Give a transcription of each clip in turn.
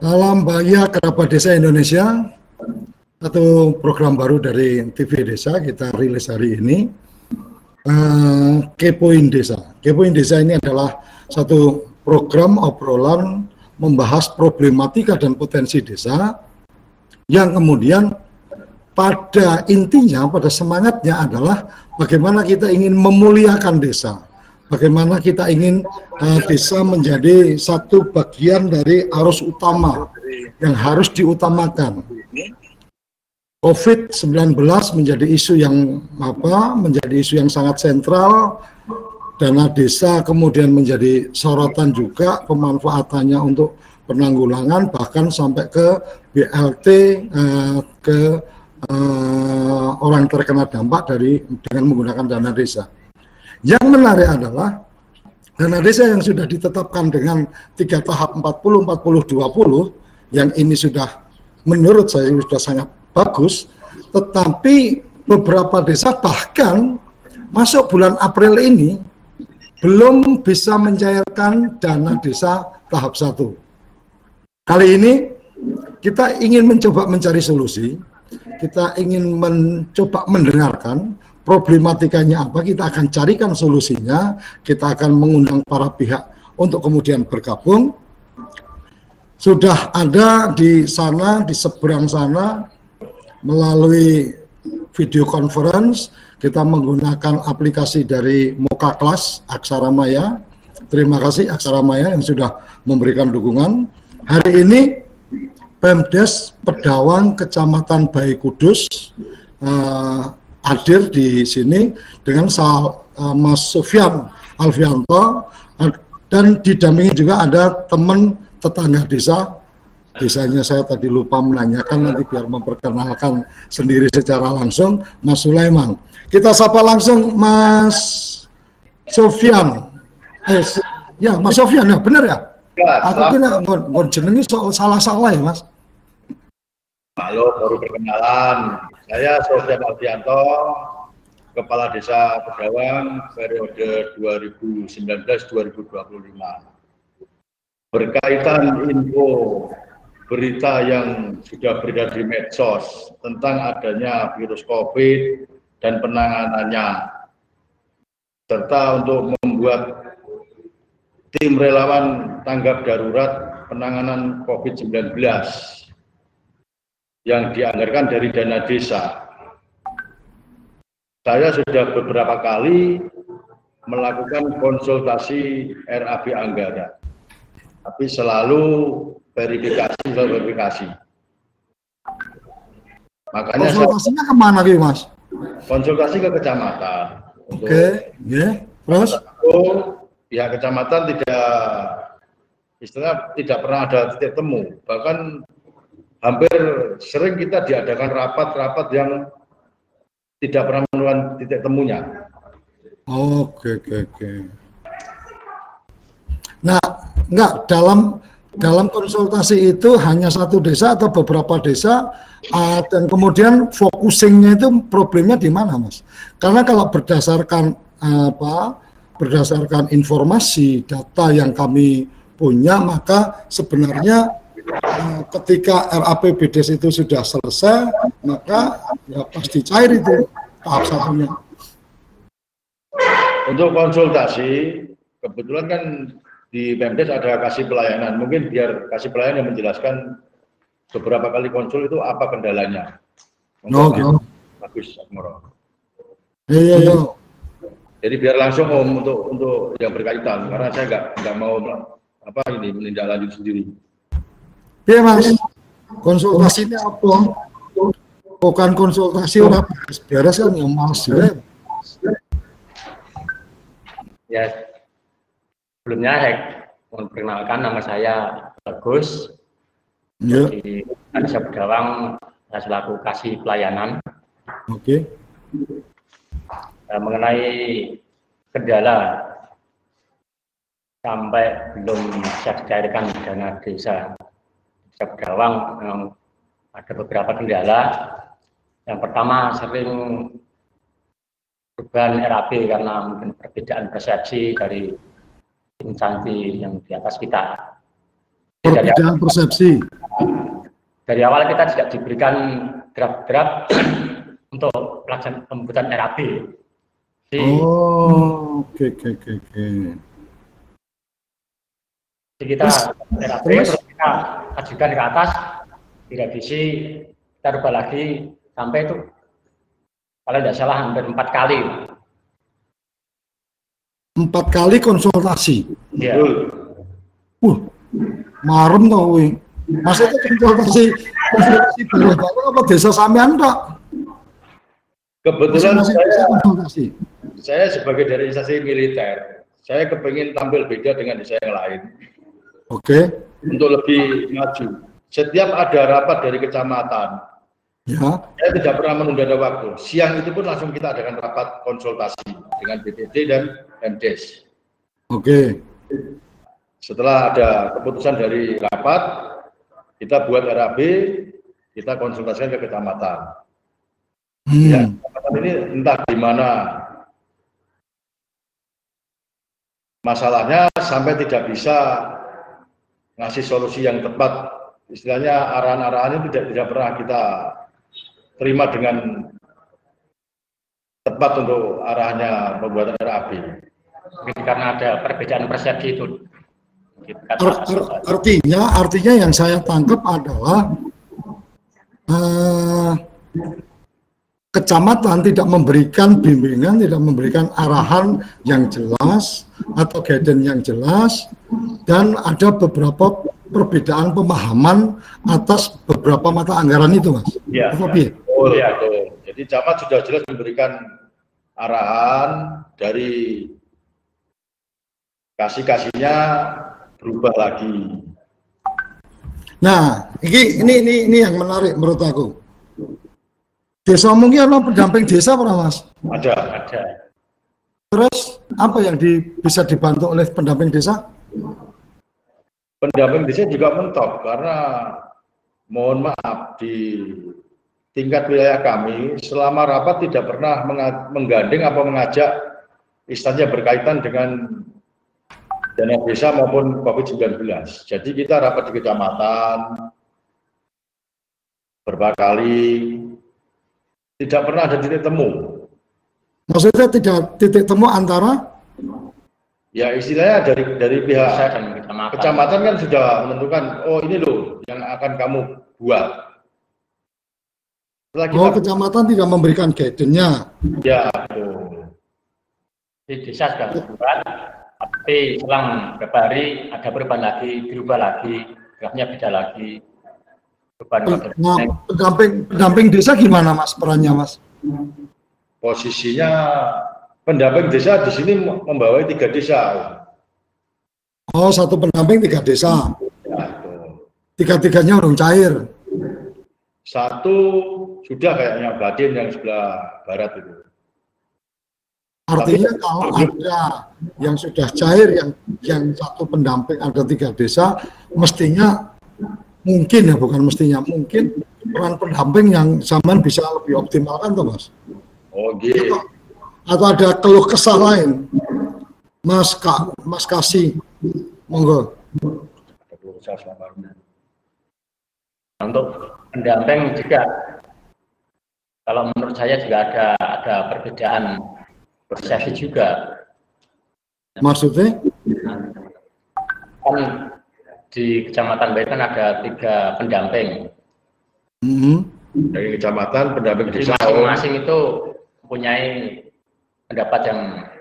Salam Bahagia Kerabat Desa Indonesia, satu program baru dari TV Desa kita rilis hari ini. Kepoin Desa. Kepoin Desa ini adalah satu program obrolan membahas problematika dan potensi desa yang kemudian pada intinya, pada semangatnya adalah bagaimana kita ingin memuliakan desa. Bagaimana kita ingin desa menjadi satu bagian dari arus utama yang harus diutamakan. COVID-19 menjadi isu yang menjadi isu yang sangat sentral. Dana desa kemudian menjadi sorotan juga, pemanfaatannya untuk penanggulangan bahkan sampai ke BLT ke orang terkena dampak dengan menggunakan dana desa. Yang menarik adalah dana desa yang sudah ditetapkan dengan 3 tahap 40, 40, 20 yang ini sudah menurut saya sudah sangat bagus, tetapi beberapa desa bahkan masuk bulan April ini belum bisa mencairkan dana desa tahap 1. Kali ini kita ingin mencoba mencari solusi, kita ingin mencoba mendengarkan problematikanya apa, kita akan carikan solusinya, kita akan mengundang para pihak untuk kemudian bergabung. Sudah ada di sana, di seberang sana, melalui video conference, kita menggunakan aplikasi dari Moka Class, Aksara Maya. Terima kasih Aksara Maya yang sudah memberikan dukungan. Hari ini Pemdes Pedawang Kecamatan Bayi Kudus hadir di sini dengan Mas Sofyan Alfianto dan didampingi juga ada teman tetangga desanya saya tadi lupa menanyakan, nanti biar memperkenalkan sendiri secara langsung, Mas Sulaiman. Kita sapa langsung Mas Sofyan. Ya Mas Sofyan ya, benar ya? Aku kira jenengi salah-salah ya Mas. Halo, baru perkenalan. Saya Sofyan Alfianto, Kepala Desa Pedawang periode 2019-2025. Berkaitan info berita yang sudah beredar di medsos tentang adanya virus COVID dan penanganannya, serta untuk membuat tim relawan tanggap darurat penanganan COVID-19 yang dianggarkan dari dana desa. Saya sudah beberapa kali melakukan konsultasi RAB anggaran, tapi selalu verifikasi. Makanya konsultasinya kemana gitu Mas? Konsultasi ke kecamatan. Oke, ya. Terus? Pihak kecamatan tidak pernah ada titik temu, bahkan hampir sering kita diadakan rapat-rapat yang tidak pernah menemukan titik temunya. Oke. Nah, enggak, dalam konsultasi itu hanya satu desa atau beberapa desa, dan kemudian focusingnya itu problemnya di mana, Mas? Karena kalau berdasarkan berdasarkan informasi data yang kami punya, maka sebenarnya ketika RAPBDes itu sudah selesai, maka ya pasti cair itu tahap satunya. Untuk konsultasi, kebetulan kan di Pemdes ada kasih pelayanan. Mungkin biar kasih pelayanan yang menjelaskan beberapa kali konsul itu apa kendalanya. Bagus, Moro. Iya. Jadi biar langsung untuk yang berkaitan, karena saya nggak mau menindaklanjuti sendiri. Iya Mas, konsultasinya apa? Bukan konsultasi orang beres kan yang males juga. Ya, sebelumnya saya memperkenalkan, nama saya Bagus. Ya. Di Desa Pedawang, saya selaku kasih pelayanan. Oke. Mengenai kendala sampai belum bisa dicairkan dana desa Pedawang, memang ada beberapa kendala. Yang pertama, sering perubahan RAB karena mungkin perbedaan persepsi dari instansi yang di atas kita. Perbedaan persepsi. dari awal kita tidak diberikan draft-draft untuk pelaksanaan pembuatan RAB. Oke. Jadi kita RAB terus kita ajukan ke atas, direvisi, kita rubah lagi sampai itu kalau tidak salah hampir 4 kali. 4 kali konsultasi. Iya. Marem toh kuwi. Maksudnya konsultasi bareng-bareng apa desa sampean Pak? Kebetulan konsultasi. Saya sebagai dari instansi militer, saya kepingin tampil beda dengan desa yang lain. Oke. Untuk lebih maju. Setiap ada rapat dari kecamatan, ya, saya tidak pernah menunda waktu. Siang itu pun langsung kita adakan rapat konsultasi dengan BPD dan MDes. Oke. Setelah ada keputusan dari rapat, kita buat RAB, kita konsultasikan ke kecamatan. Ya, kecamatan ini entah di mana masalahnya sampai tidak bisa ngasih solusi yang tepat. Istilahnya arahan-arahan itu tidak pernah kita terima dengan tepat untuk arahnya pembuatan RAB. Karena ada perbedaan persepsi itu. Artinya yang saya tangkap adalah kecamatan tidak memberikan bimbingan, tidak memberikan arahan yang jelas atau guidance yang jelas, dan ada beberapa perbedaan pemahaman atas beberapa mata anggaran itu, Mas. Ya, ya. Jadi camat sudah jelas memberikan arahan dari kasihnya berubah lagi. Nah, ini yang menarik menurut aku. Desa mungkin ada pendamping desa pernah, Mas? Ada. Terus apa yang bisa dibantu oleh pendamping desa? Pendamping desa juga mentok karena mohon maaf di tingkat wilayah kami selama rapat tidak pernah menggandeng atau mengajak instansi berkaitan dengan dana desa maupun COVID-19. Jadi kita rapat di kecamatan beberapa kali, tidak pernah ada titik temu. Maksudnya tidak titik temu antara? Ya istilahnya dari pihak kecamatan kan sudah menentukan, oh ini loh yang akan kamu buat. Kecamatan tidak memberikan guidance-nya. Ya, di desa sudah buat, tapi selang beberapa hari ada perubahan lagi, dirubah lagi, draftnya beda lagi. Nah, pendamping desa gimana, Mas, perannya, Mas? Posisinya pendamping desa di sini membawai 3 desa. Oh, satu pendamping 3 desa. Ya, tiga-tiganya orang cair. Satu sudah kayaknya Badin yang sebelah barat itu. Artinya kalau ada yang sudah cair, yang satu pendamping ada 3 desa, mestinya mungkin ya, bukan mestinya, mungkin peran pendamping yang zaman bisa lebih optimal kan tuh, Mas? Oh gitu. Atau ada keluh kesah lain, Mas Kasih, monggo. Untuk pendamping juga, kalau menurut saya juga ada perbedaan persepsi juga. Maksudnya? Kan di Kecamatan Baik kan ada 3 pendamping. Dari kecamatan pendamping desa masing-masing itu mempunyai pendapat yang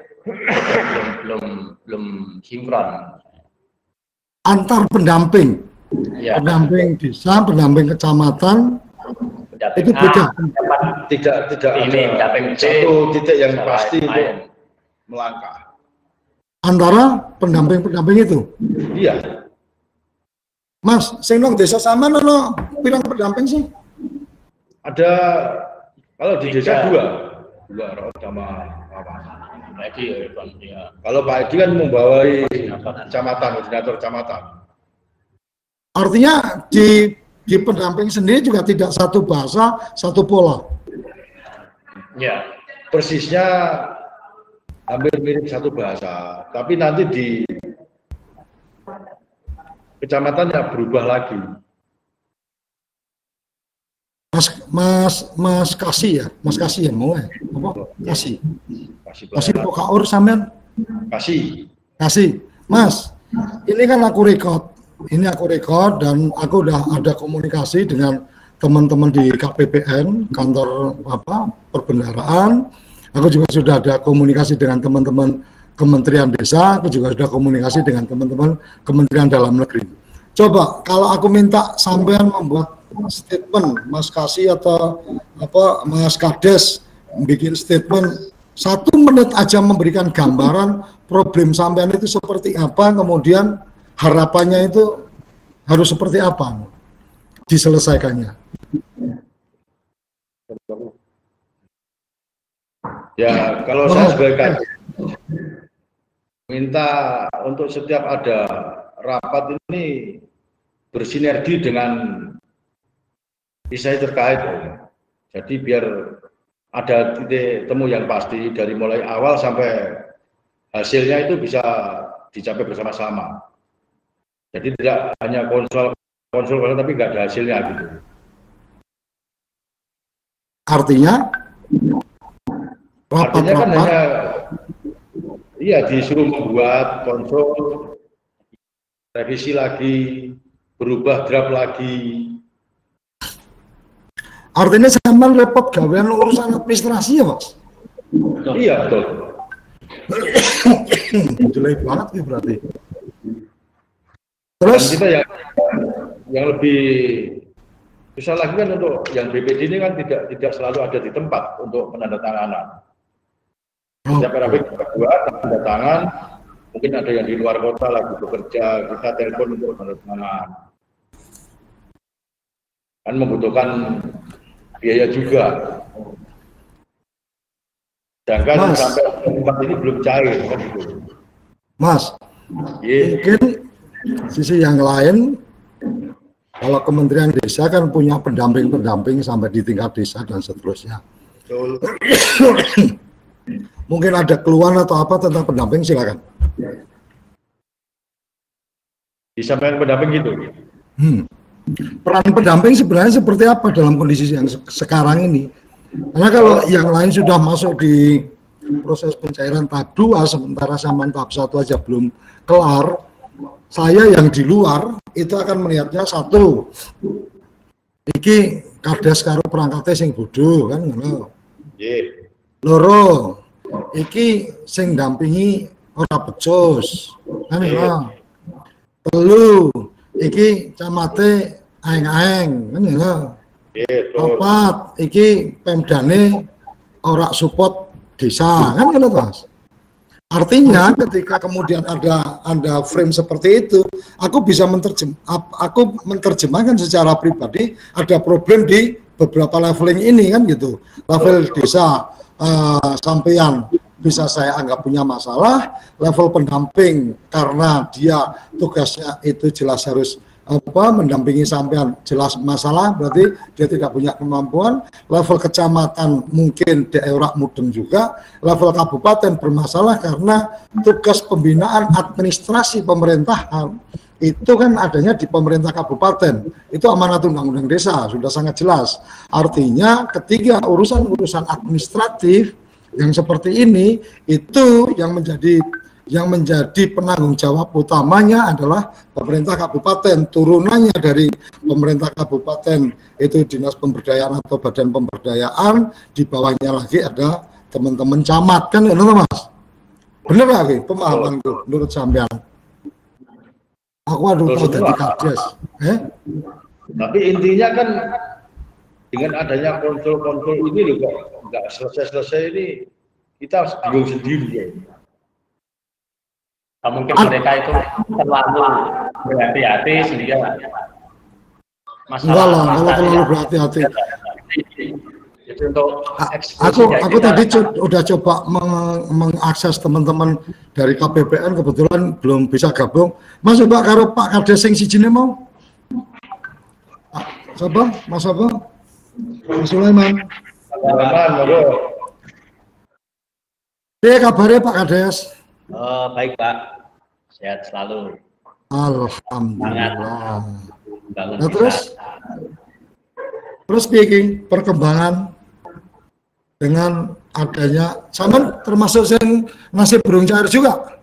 belum sinkron. Antar pendamping, ya. Pendamping desa, pendamping kecamatan, pendamping itu beda. Tidak ini ada satu titik yang pasti untuk melangkah. Antara pendamping itu. Iya. Mas, sing nang desa sama nono pirang pendamping sih? Ada, kalau di desa 2 sama apa? Kalau Pak Edi kan membawai kecamatan, koordinator kecamatan. Artinya di pendamping sendiri juga tidak satu bahasa, satu pola. Ya, persisnya hampir mirip satu bahasa, tapi nanti di kecamatannya berubah lagi. Mas Kasih ya, Mas Kasih ya mau ya? Apa? Kasih. Kasih Pokaur sampean? Kasih. Mas, ini kan aku record. Ini aku record dan aku udah ada komunikasi dengan teman-teman di KPPN, kantor perbendaharaan. Aku juga sudah ada komunikasi dengan teman-teman Kementerian Desa, aku juga sudah komunikasi dengan teman-teman Kementerian Dalam Negeri. Coba kalau aku minta sampean membuat statement, Mas Kasih atau Mas Kades bikin statement 1 menit aja memberikan gambaran problem sampean itu seperti apa, kemudian harapannya itu harus seperti apa diselesaikannya. Ya, kalau saya sebagai Kadis minta untuk setiap ada rapat ini bersinergi dengan instansi terkait. Jadi biar ada titik temu yang pasti dari mulai awal sampai hasilnya itu bisa dicapai bersama-sama. Jadi tidak hanya konsul tapi nggak ada hasilnya gitu. Artinya kan hanya disuruh membuat konsul, revisi lagi, berubah draft lagi. Artinya sampean repot gawean urusan administrasi ya, Mas? Iya, betul. Jelek banget ya berarti. Terus dan kita yang lebih susah lagi kan untuk yang BPD ini kan tidak selalu ada di tempat untuk penandatanganan. Setiap RAP kita buat tanda tangan, mungkin ada yang di luar kota lagi bekerja, kita telepon untuk penandatanganan. Kan membutuhkan biaya juga. Sedangkan sampai tempat ini belum cair kan gitu. Mas, mungkin sisi yang lain, kalau Kementerian Desa kan punya pendamping-pendamping sampai di tingkat desa dan seterusnya. Betul. Mungkin ada keluhan atau apa tentang pendamping, silakan. Disampaikan pendamping gitu. Peran pendamping sebenarnya seperti apa dalam kondisi yang sekarang ini? Karena kalau yang lain sudah masuk di proses pencairan tahap 2, sementara sama tahap 1 aja belum kelar, saya yang di luar itu akan melihatnya 1, iki Kades karo perangkatnya sing bodoh kan ngono. Loro, iki sing dampingi ora becus kan ngono. Telu, iki camate aeng-aeng kan ngono. 4, iki pemdane ora support desa kan ngono, Mas. Artinya ketika kemudian ada frame seperti itu, aku bisa menerjemahkan secara pribadi ada problem di beberapa leveling ini kan gitu. Level desa sampean bisa saya anggap punya masalah, level pendamping karena dia tugasnya itu jelas harus mendampingi sampean jelas masalah, berarti dia tidak punya kemampuan. Level kecamatan mungkin daerah mudeng juga, level kabupaten bermasalah karena tugas pembinaan administrasi pemerintahan itu kan adanya di pemerintah kabupaten, itu amanat undang-undang desa sudah sangat jelas. Artinya ketiga urusan-urusan administratif yang seperti ini itu yang menjadi penanggung jawab utamanya adalah pemerintah kabupaten. Turunannya dari pemerintah kabupaten itu dinas pemberdayaan atau badan pemberdayaan, di bawahnya lagi ada teman-teman camat kan, ya Mas? Bener lagi pemahamanku menurut sampean. Aku tahu dari Kades. Tapi intinya kan dengan adanya konsul-konsul ini loh, kok nggak selesai-selesai ini, kita bingung sendiri ya. Mungkin mereka itu terlalu berhati-hati sehingga masalah kalau terlalu berhati-hati. Aku tadi udah coba mengakses teman-teman dari KPPN, kebetulan belum bisa gabung. Mas coba karo Pak Kades sing sijine mau. Coba Mas apa? Mas Sulaiman. Kabarnya Pak Kades? Baik Pak, sehat selalu. Alhamdulillah. Nah, terus Terus piye perkembangan dengan adanya sama termasuk yang nasi burung cair juga?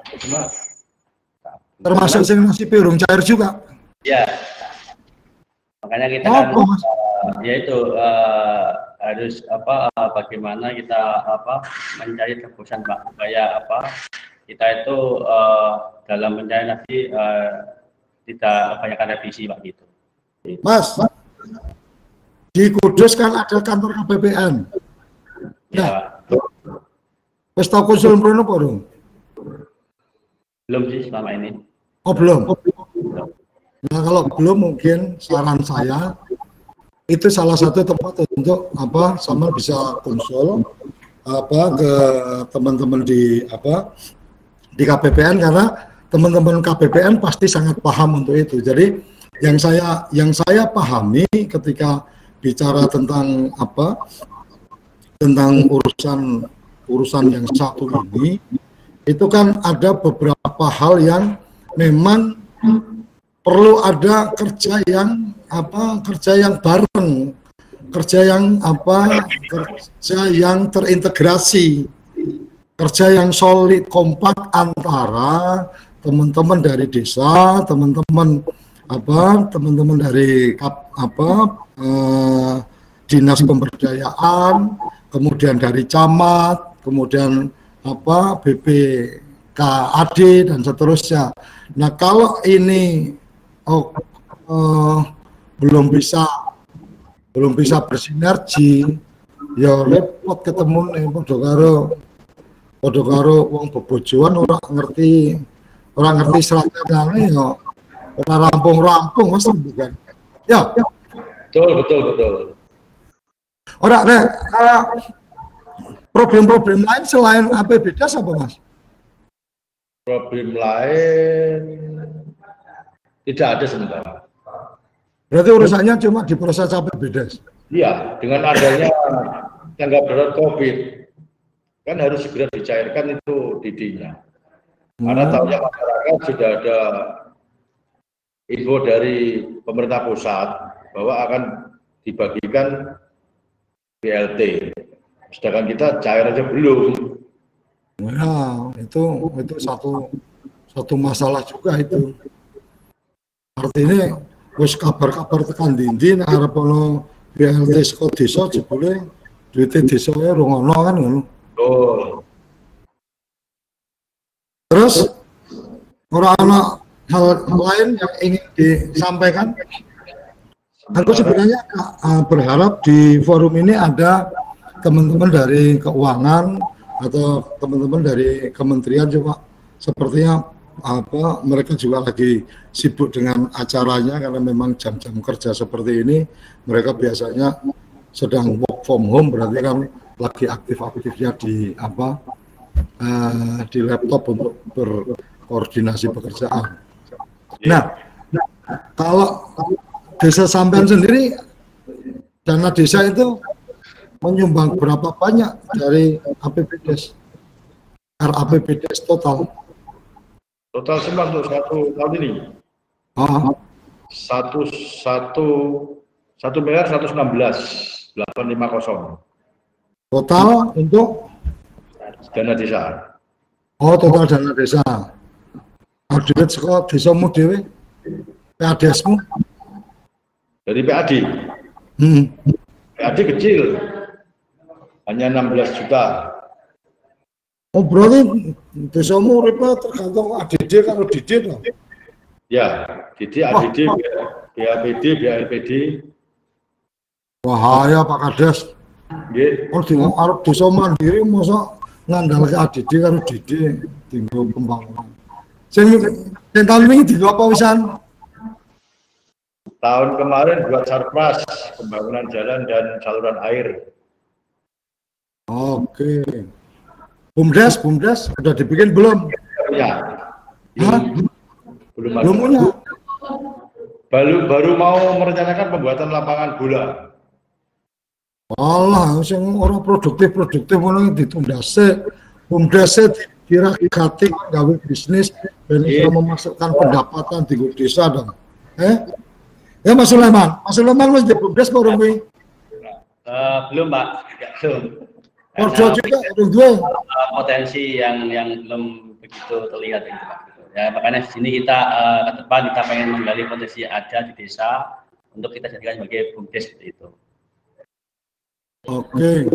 Termasuk yang nasi burung cair juga? Ya. Makanya kita yaitu harus bagaimana kita mencari tebusan Pak, supaya kita itu dalam mencari nasi tidak kebanyakan revisi Pak gitu. Mas, di Kudus kan ada kantor KPPN. Ya. Wis tau konsul mrono apa dong? Belum sih selama ini. Oh belum. Nah kalau belum mungkin saran saya itu salah satu tempat untuk sama bisa konsul ke teman-teman di KPPN, karena teman-teman KPPN pasti sangat paham untuk itu. Jadi yang saya pahami ketika bicara tentang tentang urusan yang satu ini, itu kan ada beberapa hal yang memang perlu ada kerja yang bareng, kerja yang terintegrasi, kerja yang solid, kompak antara teman-teman dari desa, teman-teman dari dinas pemberdayaan, kemudian dari camat, kemudian BPKAD dan seterusnya. Nah kalau ini belum bisa bersinergi, ya repot ketemu nih padha karo wong bebojoan ora ngerti strategi ya ora rampung Mas bukan. Ya. Betul. Ora problem-problem lain selain APBDes apa Mas? Problem lain tidak ada sementara. Berarti urusannya cuma di proses APBDes? Iya, dengan adanya tanggap darurat COVID, kan harus segera dicairkan itu DD-nya. Karena tahunya masyarakat sudah ada info dari pemerintah pusat bahwa akan dibagikan BLT. Sedangkan kita cair aja belum. Nah, itu satu masalah juga itu. Artinya wis kabar-kabar tekan dindi nek arep ono BLT saka desa jebule duite desane ora ono kan ngono. Oh. Terus ora ana hal lain yang ingin disampaikan? Aku sebenarnya berharap di forum ini ada teman-teman dari keuangan atau teman-teman dari kementerian juga, sepertinya mereka juga lagi sibuk dengan acaranya karena memang jam-jam kerja seperti ini mereka biasanya sedang work from home, berarti kan lagi aktif-aktifnya di laptop untuk berkoordinasi pekerjaan. Nah, kalau desa sampean sendiri, dana desa itu menyumbang berapa banyak dari APBDes? RAPBDes total? Total semua untuk satu tahun ini. 1.116.850. Total untuk dana desa. Oh, total dana desa. Duit saka desamu dhewe, PADesmu? Dari PAD. PAD kecil. Hanya 16 juta. Oh, berarti desamu uripe tergantung ADD karo DD dong? Ya, DD, ADD, BAPD, BALPD. Wahaya Pak Kades. Nggih. Oh, arep desa mandiri masa ngandalke ADD karo DD tinggal pembangunan. Sing tahun ini digo apa wisan? Tahun kemarin buat surplus pembangunan jalan dan saluran air. Oke. BUMDes sudah dibikin belum? Ya. Belum punya. Baru mau merencanakan pembuatan lapangan bola. Allah, sing ora produktif ngono ditunda sik. BUMDes diragati gawe bisnis dan bisa memasukkan pendapatan di desa dong. Ya Mas Sulaiman Mas di Bumdes belum belum Pak, belum. Karena juga dua potensi yang belum begitu terlihat itu Pak. Ya makanya di sini kita ke depan kita pengen menggali potensi yang ada di desa untuk kita jadikan sebagai Bumdes seperti itu. Oke.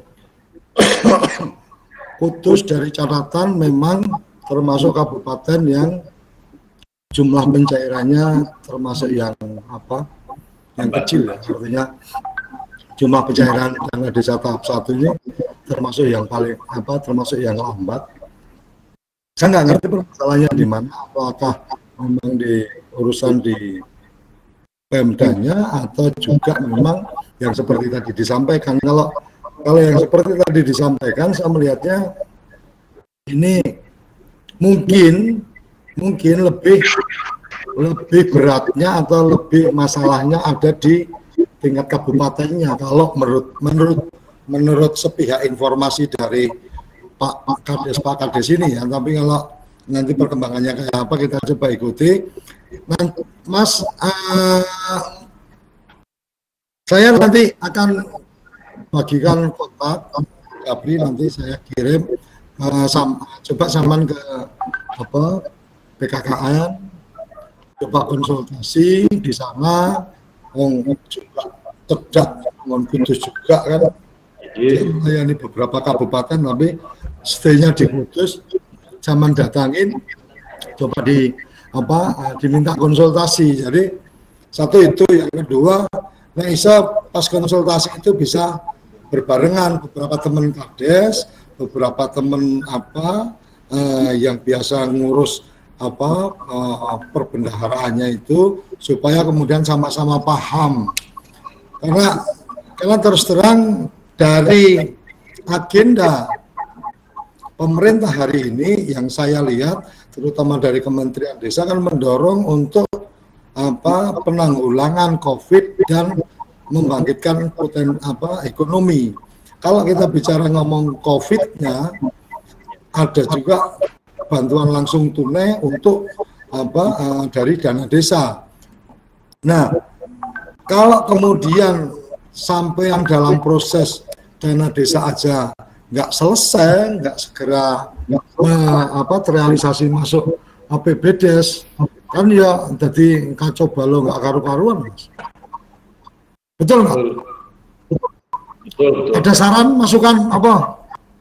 Kudus dari catatan memang termasuk kabupaten yang jumlah pencairannya termasuk yang yang kecil ya, artinya jumlah pencairan dana desa tahap 1 ini termasuk yang paling termasuk yang lambat. Saya nggak ngerti permasalahannya di mana, apakah memang di urusan di Pemdanya atau juga memang yang seperti tadi disampaikan. Kalau yang seperti tadi disampaikan, saya melihatnya ini mungkin lebih beratnya atau lebih masalahnya ada di tingkat kabupatennya. Kalau menurut sepihak informasi dari Pak Kades ini ya, tapi kalau nanti perkembangannya kayak apa kita coba ikuti. Nah, Mas, saya nanti akan bagikan kontak Gabri, nanti saya kirim coba saman ke BKKN, coba konsultasi di sana, juga cerdak, Kudus juga kan, melayani beberapa kabupaten, tapi stay-nya di Kudus, zaman datangin, coba diminta konsultasi. Jadi satu itu, yang kedua, nah pas konsultasi itu bisa berbarengan beberapa teman Kades, beberapa teman yang biasa ngurus perbendaharaannya itu, supaya kemudian sama-sama paham. Karena terus terang dari agenda pemerintah hari ini yang saya lihat, terutama dari Kementerian Desa kan mendorong untuk penanggulangan COVID dan membangkitkan ekonomi. Kalau kita bicara ngomong COVID-nya, ada juga bantuan langsung tunai untuk dari dana desa. Nah, kalau kemudian sampai yang dalam proses dana desa aja nggak selesai, nggak segera terrealisasi masuk APBDes, kan ya jadi kacau balau, nggak karu-karuan, Mas. Betul nggak? Betul. Ada saran, masukan apa?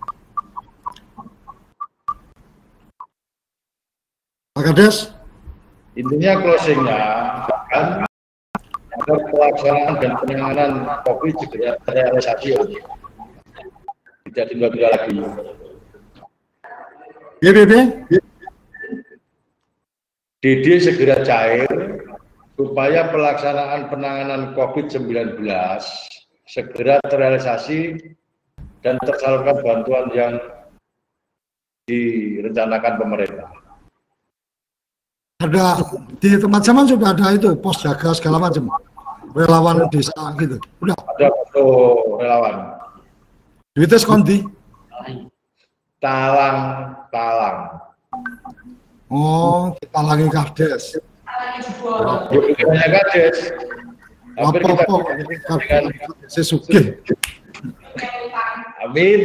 Pak Kades? Intinya closingnya kan agar pelaksanaan dan penanganan COVID segera terrealisasi. Tidak tunda-tunda lagi. DD segera cair supaya pelaksanaan penanganan COVID-19 segera terrealisasi dan tersalurkan bantuan yang direncanakan pemerintah. Ada di tempat zaman sudah ada itu pos jaga segala macam, relawan desa gitu. Udah. Ada foto relawan. Duitnya sekondi? Talang. Oh, kita lagi Kades. Bukannya Kades. Kades sugih. Amin.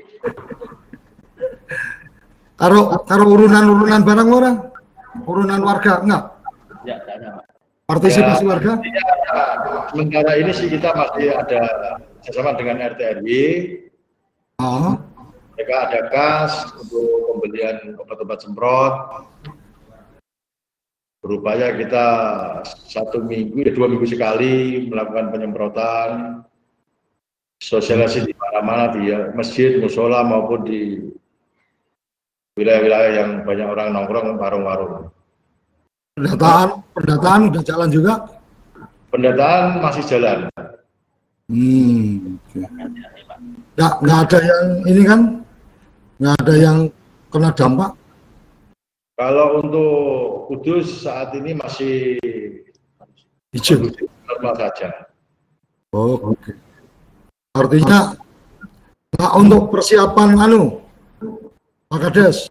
Karo urunan barang orang, urunan warga enggak? Ya, ada. Partisipasi warga? Sementara ini sih kita masih ada bersama dengan RT RW. Mereka ada kas untuk pembelian obat-obat semprot. Berupaya kita 2 minggu sekali melakukan penyemprotan, sosialisasi di mana-mana, di masjid, musola maupun di wilayah-wilayah yang banyak orang nongkrong, warung-warung. Pendataan udah jalan juga? Pendataan masih jalan. Nggak ada yang ini kan? Nggak ada yang kena dampak? Kalau untuk Kudus saat ini masih hijau, normal saja. Oh, oke. Artinya, nah untuk persiapan Pak Kades,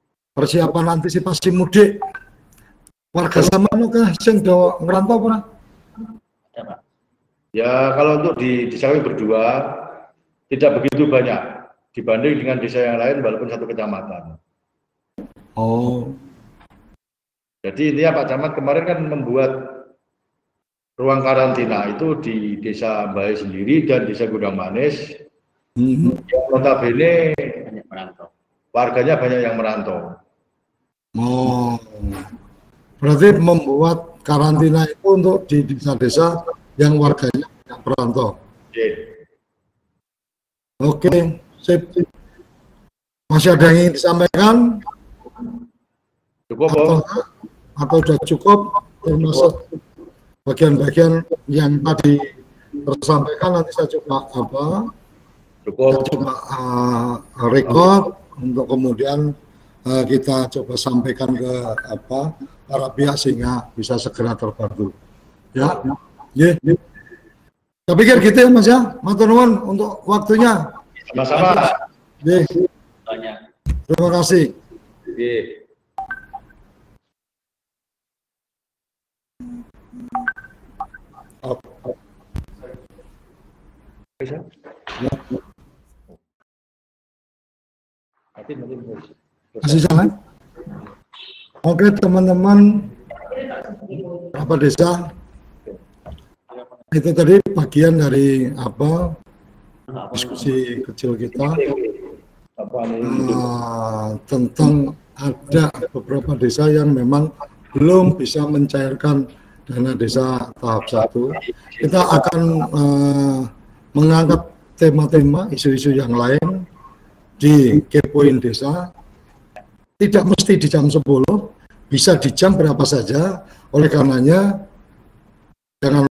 persiapan antisipasi mudik, warga sama kah sing do ngerantau pernah? Ya, Pak. Ya kalau untuk di desa kami berdua tidak begitu banyak dibanding dengan desa yang lain walaupun satu kecamatan. Oh. Jadi intinya Pak Camat kemarin kan membuat ruang karantina itu di desa Mbae sendiri dan desa Gudang Manis. Yang notabene Banyak merantau. Warganya banyak yang merantau. Oh, berarti membuat karantina itu untuk di desa-desa yang warganya banyak perantau. Oke, sip. Masih ada yang ingin disampaikan? Cukup, atau sudah cukup termasuk bagian-bagian yang tadi tersampaikan? Nanti saya coba Cukup. Coba record untuk kemudian kita coba sampaikan ke para pihak sehingga bisa segera terbantu. Ya, yeah. Saya pikir gitu ya Mas ya. Matur nuwun untuk waktunya. Sama-sama. Yeah. Terima kasih. Yeah. Masih jalan? Oke teman-teman, apa desa? Itu tadi bagian dari diskusi kecil kita tentang ada beberapa desa yang memang belum bisa mencairkan dana desa tahap 1. Kita akan mengangkat tema-tema, isu-isu yang lain di Kepoin Desa. Tidak mesti di jam 10, bisa di jam berapa saja. Oleh karenanya, jangan